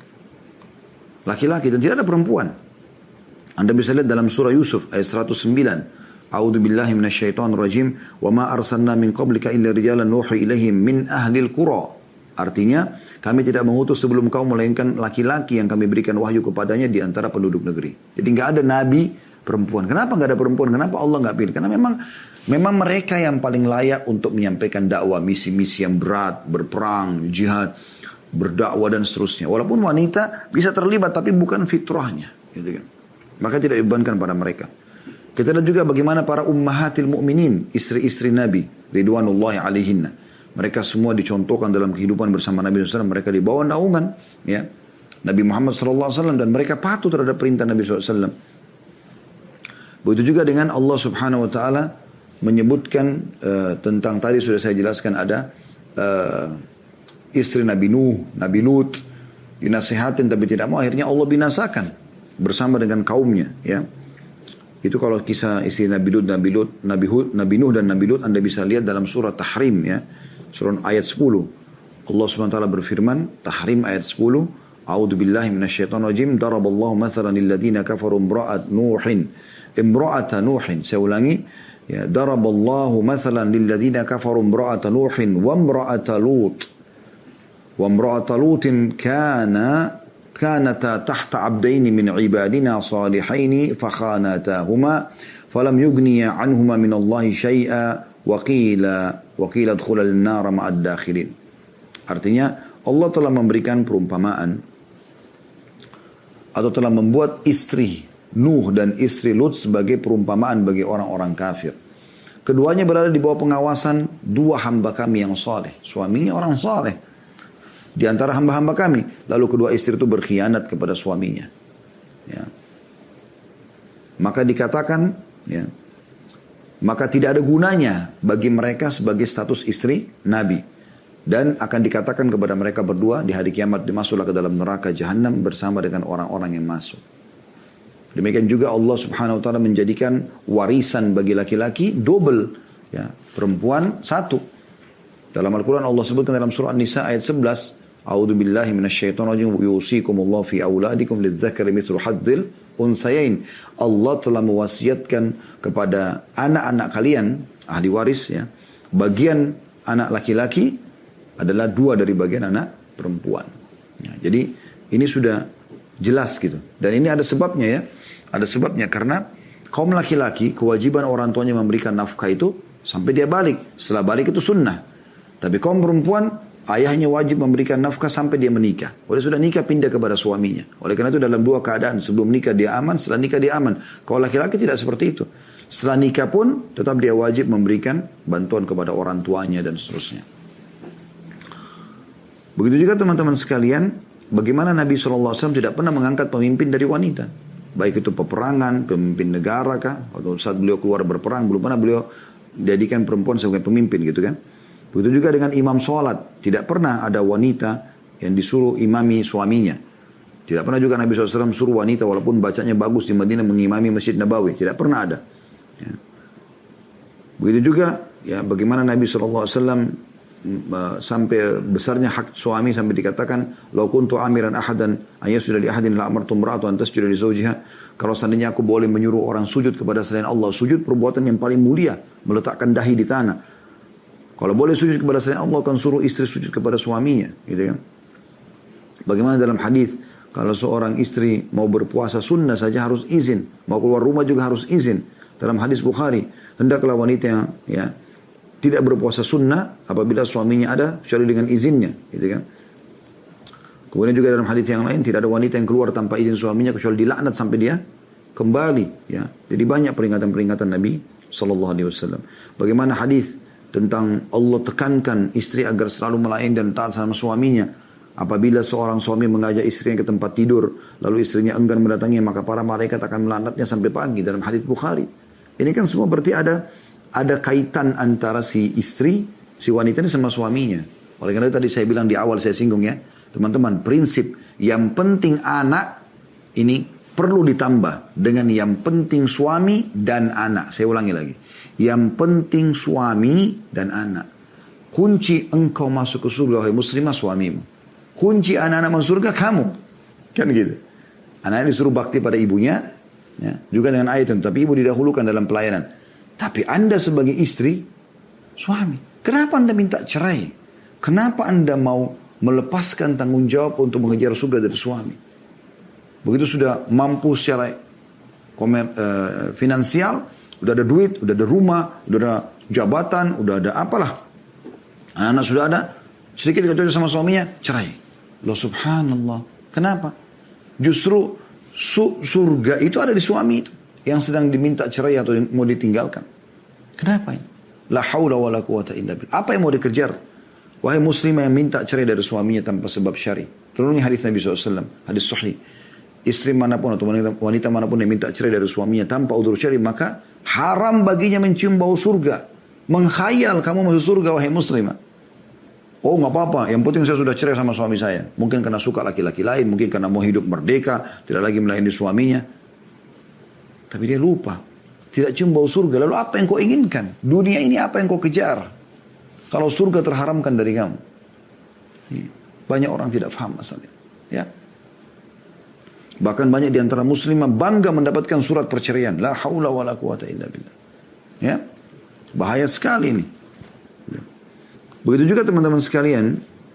laki-laki dan tidak ada perempuan. Anda bisa lihat dalam surah Yusuf ayat 109. A'udzu billahi minasyaitonir rajim. Wa ma arsalna min qablika illa rijalan nuhi ilaihim min ahlil qura. Artinya, kami tidak mengutus sebelum kau melainkan laki-laki yang kami berikan wahyu kepadanya di antara penduduk negeri. Jadi enggak ada nabi perempuan. Kenapa enggak ada perempuan? Kenapa Allah enggak pilih? Karena memang mereka yang paling layak untuk menyampaikan dakwah, misi-misi yang berat, berperang, jihad, berdakwah dan seterusnya. Walaupun wanita bisa terlibat tapi bukan fitrahnya, gitu kan. Maka tidak dibebankan pada mereka. Kita lihat juga bagaimana para ummahatil mu'minin, istri-istri Nabi, ridwanullahi alaihinna. Mereka semua dicontohkan dalam kehidupan bersama Nabi SAW. Mereka dibawa naungan, ya, Nabi Muhammad SAW, dan mereka patuh terhadap perintah Nabi SAW. Begitu juga dengan Allah Subhanahu Wa Taala menyebutkan tentang, tadi sudah saya jelaskan, ada istri Nabi Nuh, Nabi Lut, dinasihatin tapi tidak mau, akhirnya Allah binasakan bersama dengan kaumnya, ya. Itu kalau kisah istri Nabi Lut, Nabi Nuh dan Nabi Lut Anda bisa lihat dalam surah Tahrim, ya. Surah ayat 10. Allah SWT berfirman, Tahrim ayat 10, A'udzu billahi minasyaitonir rajim, daraballahu mathalan lil ladzina kafaru imra'ata Nuhin. Saya ulangi, ya, daraballahu mathalan lil ladzina kafaru imra'ata Nuhin wa imra'ata Lut. Wa imra'ata Lutin كانتا تحت عبدين من عبادنا صالحين فخانتاهما فلم يغنيا عنهما من الله شيئا وقيل ادخلا النار مع الداخلين. Artinya Allah telah memberikan perumpamaan atau telah membuat istri Nuh dan istri Lut sebagai perumpamaan bagi orang-orang kafir. Keduanya berada di bawah pengawasan 2 hamba kami yang saleh. Suaminya orang saleh di antara hamba-hamba kami. Lalu kedua istri itu berkhianat kepada suaminya, ya. Maka dikatakan, ya, maka tidak ada gunanya bagi mereka sebagai status istri Nabi. Dan akan dikatakan kepada mereka berdua di hari kiamat, dimasuklah ke dalam neraka jahanam bersama dengan orang-orang yang masuk. Demikian juga Allah Subhanahu Wa Taala menjadikan warisan bagi laki-laki double, ya, perempuan 1. Dalam Al-Quran Allah sebutkan dalam surah An-Nisa ayat 11, A'udzu billahi minasyaitonir rajim, yusikumullahu fi auladikum lidzakari mithlu hadzil unthayain. Allah telah mewasiatkan kepada anak-anak kalian, ahli waris, ya, bagian anak laki-laki adalah 2 dari bagian anak perempuan. Ya, jadi ini sudah jelas gitu. Dan ini ada sebabnya, ya. Ada sebabnya karena kaum laki-laki kewajiban orang tuanya memberikan nafkah itu sampai dia balik. Setelah balik itu sunnah. Tapi kaum perempuan, ayahnya wajib memberikan nafkah sampai dia menikah. Oleh sudah nikah pindah kepada suaminya. Oleh karena itu dalam 2 keadaan, sebelum nikah dia aman, setelah nikah dia aman. Kalau laki-laki tidak seperti itu. Setelah nikah pun tetap dia wajib memberikan bantuan kepada orang tuanya dan seterusnya. Begitu juga teman-teman sekalian, bagaimana Nabi SAW tidak pernah mengangkat pemimpin dari wanita. baik itu peperangan, pemimpin negara kah, atau saat beliau keluar berperang, belum pernah beliau jadikan perempuan sebagai pemimpin gitu kan. Begitu juga dengan imam sholat, tidak pernah ada wanita yang disuruh imami suaminya. Tidak pernah juga Nabi SAW suruh wanita walaupun bacanya bagus di Madinah mengimami Masjid Nabawi, tidak pernah ada. Ya. Begitu juga ya bagaimana Nabi SAW sampai besarnya hak suami sampai dikatakan lau kuntu amiran ahadan sudah li ahadin la amartu imra'atu an tasjuda li zawjiha. Kalau seandainya aku boleh menyuruh orang sujud kepada selain Allah, sujud perbuatan yang paling mulia, meletakkan dahi di tanah. Kalau boleh sujud kepada selain Allah, akan suruh istri sujud kepada suaminya, gitu kan. Bagaimana dalam hadis kalau seorang istri mau berpuasa sunnah saja harus izin, mau keluar rumah juga harus izin. Dalam hadis Bukhari, hendaklah wanita yang ya tidak berpuasa sunnah apabila suaminya ada kecuali dengan izinnya, gitu kan. Kemudian juga dalam hadis yang lain tidak ada wanita yang keluar tanpa izin suaminya kecuali dilaknat sampai dia kembali, ya. Jadi banyak peringatan-peringatan Nabi sallallahu alaihi wasallam. Bagaimana hadis tentang Allah tekankan istri agar selalu melayani dan taat sama suaminya. Apabila seorang suami mengajak istrinya ke tempat tidur, lalu istrinya enggan mendatangi, maka para malaikat akan melaknatnya sampai pagi dalam hadis Bukhari. Ini kan semua berarti ada kaitan antara si istri, si wanita ini sama suaminya. Oleh karena itu tadi saya bilang di awal saya singgung ya, teman-teman, prinsip yang penting anak ini perlu ditambah dengan yang penting suami dan anak. Saya ulangi lagi. Yang penting suami dan anak. Kunci engkau masuk ke surga wahai muslimah suamimu. Kunci anak-anak masuk surga kamu. Kan gitu. Anak disuruh bakti pada ibunya. Ya, juga dengan ayat itu. Tapi ibu didahulukan dalam pelayanan. Tapi anda sebagai istri, suami. Kenapa anda minta cerai? Kenapa anda mau melepaskan tanggung jawab untuk mengejar surga dari suami? Begitu sudah mampu secara finansial, udah ada duit, udah ada rumah, udah ada jabatan, udah ada apalah. Anak-anak sudah ada, sedikit dikatakan sama suaminya, cerai. Loh subhanallah. Kenapa? Justru surga itu ada di suami itu. Yang sedang diminta cerai atau mau ditinggalkan. Kenapa ini? La haula wa la quwata illa billah. Apa yang mau dikejar? Wahai muslimah yang minta cerai dari suaminya tanpa sebab syari. Turunnya hadis Nabi SAW. Hadis sahih. Istri manapun atau wanita manapun yang minta cerai dari suaminya tanpa udzur syari, maka haram baginya mencium bau surga. Mengkhayal kamu masuk surga wahai muslimah. Oh nggak apa-apa, yang penting saya sudah cerai sama suami saya. Mungkin karena suka laki-laki lain, mungkin karena mau hidup merdeka, tidak lagi melayani suaminya. Tapi dia lupa, tidak cium bau surga. Lalu apa yang kau inginkan? Dunia ini apa yang kau kejar? Kalau surga terharamkan dari kamu. Banyak orang tidak paham masalahnya. Ya. Bahkan banyak di antara muslimah bangga mendapatkan surat perceraian. La haula wa la quwata illa billah. Ya. Bahaya sekali ini. Begitu juga teman-teman sekalian,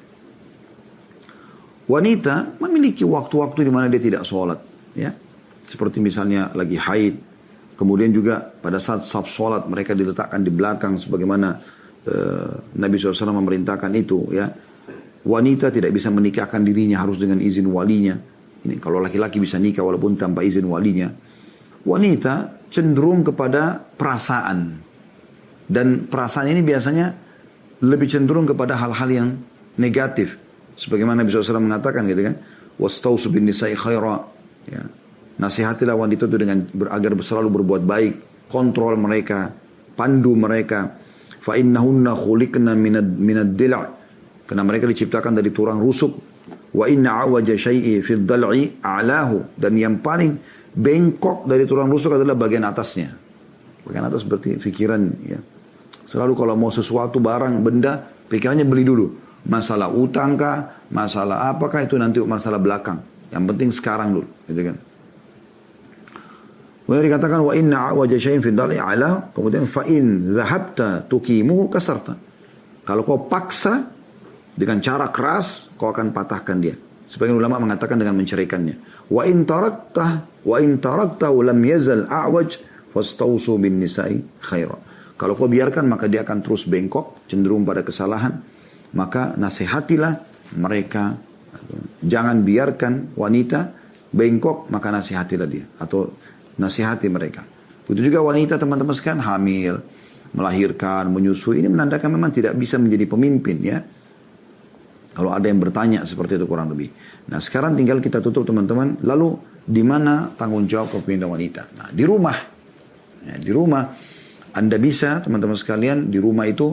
wanita memiliki waktu-waktu di mana dia tidak sholat, ya, seperti misalnya lagi haid. Kemudian juga pada saat saf sholat mereka diletakkan di belakang, sebagaimana Nabi SAW memerintahkan itu, ya. Wanita tidak bisa menikahkan dirinya harus dengan izin walinya. Ini kalau laki-laki bisa nikah walaupun tanpa izin walinya. Wanita cenderung kepada perasaan, dan perasaan ini biasanya lebih cenderung kepada hal-hal yang negatif. Sebagaimana Nabi SAW mengatakan gitu kan. Wastausu bin nisa'i khaira. Ya. Nasihatilah wanita itu dengan agar selalu berbuat baik. Kontrol mereka. Pandu mereka. Fa innahunna khuliqna minad dila'. Karena mereka diciptakan dari tulang rusuk. Wa inna awaja syai'i fid dal'i a'lahu. Dan yang paling bengkok dari tulang rusuk adalah bagian atasnya. Bagian atas berarti pikiran, ya. Selalu kalau mau sesuatu barang, benda, pikirannya beli dulu. Masalah utang kah, masalah apakah itu nanti masalah belakang. Yang penting sekarang dulu, gitu kan. Kemudian dikatakan wa inna wajah syai'in fi dhal'i ala, kemudian fa in dhahabta tuqimuhu kasarta. Kalau kau paksa dengan cara keras, kau akan patahkan dia. Sebagian ulama mengatakan dengan menceraikannya. Wa in tarakta lam yazal a'waj fastausu bin nisa'i khaira. Kalau kau biarkan maka dia akan terus bengkok, cenderung pada kesalahan. Maka nasihatilah mereka. Jangan biarkan wanita bengkok, maka nasihatilah dia. Atau nasihati mereka. Begitu juga wanita teman-teman sekalian hamil, melahirkan, menyusui. Ini menandakan memang tidak bisa menjadi pemimpin, ya. Kalau ada yang bertanya seperti itu kurang lebih. Nah sekarang tinggal kita tutup teman-teman. Lalu di mana tanggung jawab kepemimpinan wanita. Nah, di rumah. Ya, di rumah Anda bisa, teman-teman sekalian, di rumah itu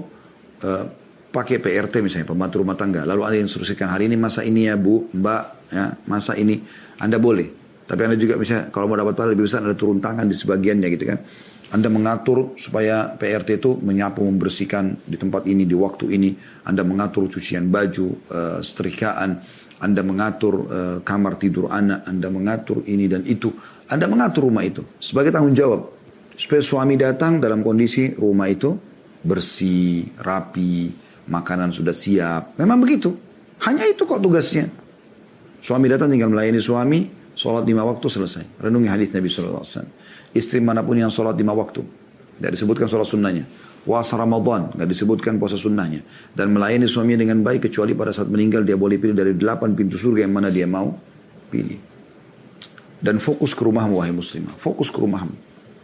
pakai PRT misalnya, pembantu rumah tangga. Lalu Anda instruksikan, hari ini masa ini ya Bu, Mbak, ya, masa ini. Anda boleh. Tapi Anda juga bisa, kalau mau dapat pahala lebih besar, Anda turun tangan di sebagiannya gitu kan. Anda mengatur supaya PRT itu menyapu, membersihkan di tempat ini, di waktu ini. Anda mengatur cucian baju, setrikaan. Anda mengatur kamar tidur anak. Anda mengatur ini dan itu. Anda mengatur rumah itu sebagai tanggung jawab. Supaya suami datang dalam kondisi rumah itu bersih, rapi, makanan sudah siap. Memang begitu. Hanya itu kok tugasnya. Suami datang tinggal melayani suami. Sholat 5 waktu selesai. Renungi hadis Nabi SAW. Istri manapun yang sholat 5 waktu. Tidak disebutkan sholat sunnahnya. Puasa Ramadan. Tidak disebutkan puasa sunnahnya. Dan melayani suaminya dengan baik. Kecuali pada saat meninggal dia boleh pilih dari 8 pintu surga yang mana dia mau pilih. Dan fokus ke rumahmu wahai muslimah. Fokus ke rumahmu.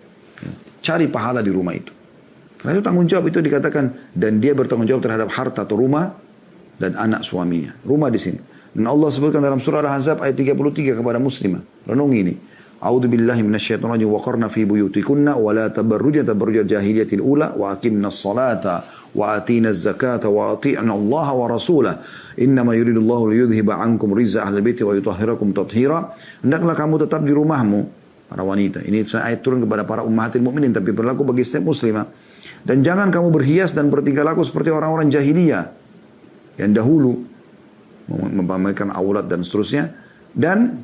Cari pahala di rumah itu. Karena itu tanggung jawab itu dikatakan. Dan dia bertanggung jawab terhadap harta atau rumah. Dan anak suaminya. Rumah di sini. Dan Allah sebutkan dalam surah Al-Ahzab ayat 33 kepada muslimah. Renungi ini. A'udzu billahi minasyaitonir rajim wa qarna fi buyutikunna wa la tabarrujna tabarrujal jahiliyatil ula wa aqimnas salata wa atinaz zakata wa ati'na Allah wa rasulah. Innama yuridullahu liyudhhiba 'ankum rizza ahlil baiti wa yutahhirakum tathira. Hendaklah kamu tetap di rumahmu para wanita. Ini ayat turun kepada para ummahatil mukminin tapi berlaku bagi setiap muslimah. Dan jangan kamu berhias dan bertingkah laku seperti orang-orang jahiliyah yang dahulu memamerkan aurat dan seterusnya. Dan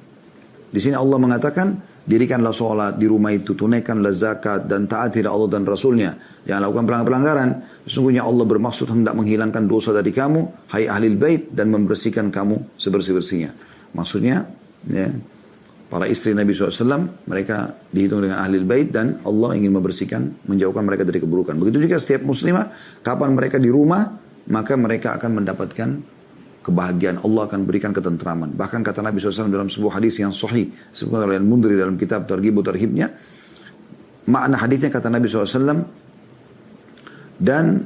di sini Allah mengatakan, dirikanlah sholat di rumah itu, tunaikanlah zakat dan taatilah Allah dan Rasulnya. Jangan lakukan pelanggaran. Sesungguhnya Allah bermaksud hendak menghilangkan dosa dari kamu, hai ahlil bait, dan membersihkan kamu sebersih-bersihnya. Maksudnya, ya, para istri Nabi SAW, mereka dihitung dengan ahlil bait dan Allah ingin membersihkan, menjauhkan mereka dari keburukan. Begitu juga setiap muslimah, kapan mereka di rumah, maka mereka akan mendapatkan kebahagiaan, Allah akan berikan ketentraman. Bahkan kata Nabi SAW dalam sebuah hadis yang sahih, sebutkan oleh Al-Mundhiri dalam kitab Targhib wa Tarhibnya, makna hadisnya kata Nabi SAW, dan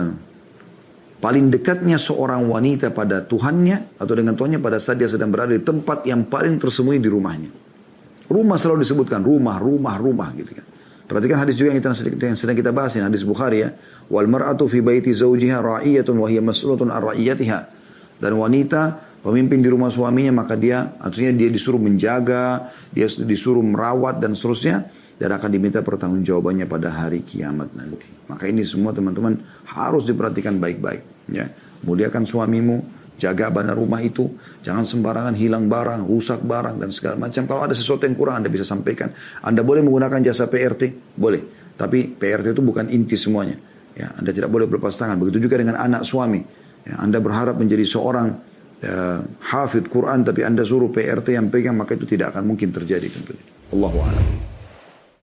paling dekatnya seorang wanita pada Tuhannya atau dengan Tuhannya pada saat dia sedang berada di tempat yang paling tersembunyi di rumahnya. Rumah selalu disebutkan rumah gitu kan. Perhatikan hadis juga yang sedang kita bahas ini, hadis Bukhari ya. Wal mar'atu fi baiti zawjiha ra'iyatun wa hiya mas'ulatun ar ra'iyatiha. Dan wanita pemimpin di rumah suaminya, maka dia artinya dia disuruh menjaga, dia disuruh merawat dan seterusnya, dan akan diminta pertanggungjawabannya pada hari kiamat nanti. Maka ini semua teman-teman harus diperhatikan baik-baik ya. Muliakan suamimu, jaga barang rumah itu, jangan sembarangan hilang barang, rusak barang dan segala macam. Kalau ada sesuatu yang kurang Anda bisa sampaikan. Anda boleh menggunakan jasa PRT, boleh. Tapi PRT itu bukan inti semuanya. Ya, Anda tidak boleh berlepas tangan. Begitu juga dengan anak suami. Ya, Anda berharap menjadi seorang hafidh Quran tapi Anda suruh PRT yang pegang, maka itu tidak akan mungkin terjadi tentunya. Allahu a'lam.